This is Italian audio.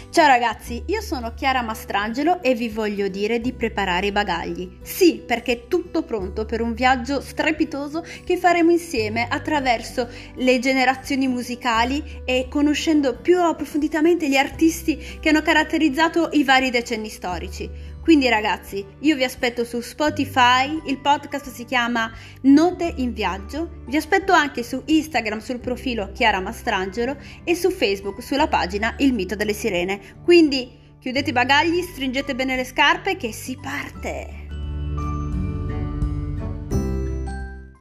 Ciao ragazzi, io sono Chiara Mastrangelo e vi voglio dire di preparare i bagagli. Sì, perché è tutto pronto per un viaggio strepitoso che faremo insieme attraverso le generazioni musicali e conoscendo più approfonditamente gli artisti che hanno caratterizzato i vari decenni storici. Quindi ragazzi, io vi aspetto su Spotify, il podcast si chiama Note in Viaggio, vi aspetto anche su Instagram sul profilo Chiara Mastrangelo e su Facebook sulla pagina Il Mito delle Sirene. Quindi chiudete i bagagli, stringete bene le scarpe che si parte!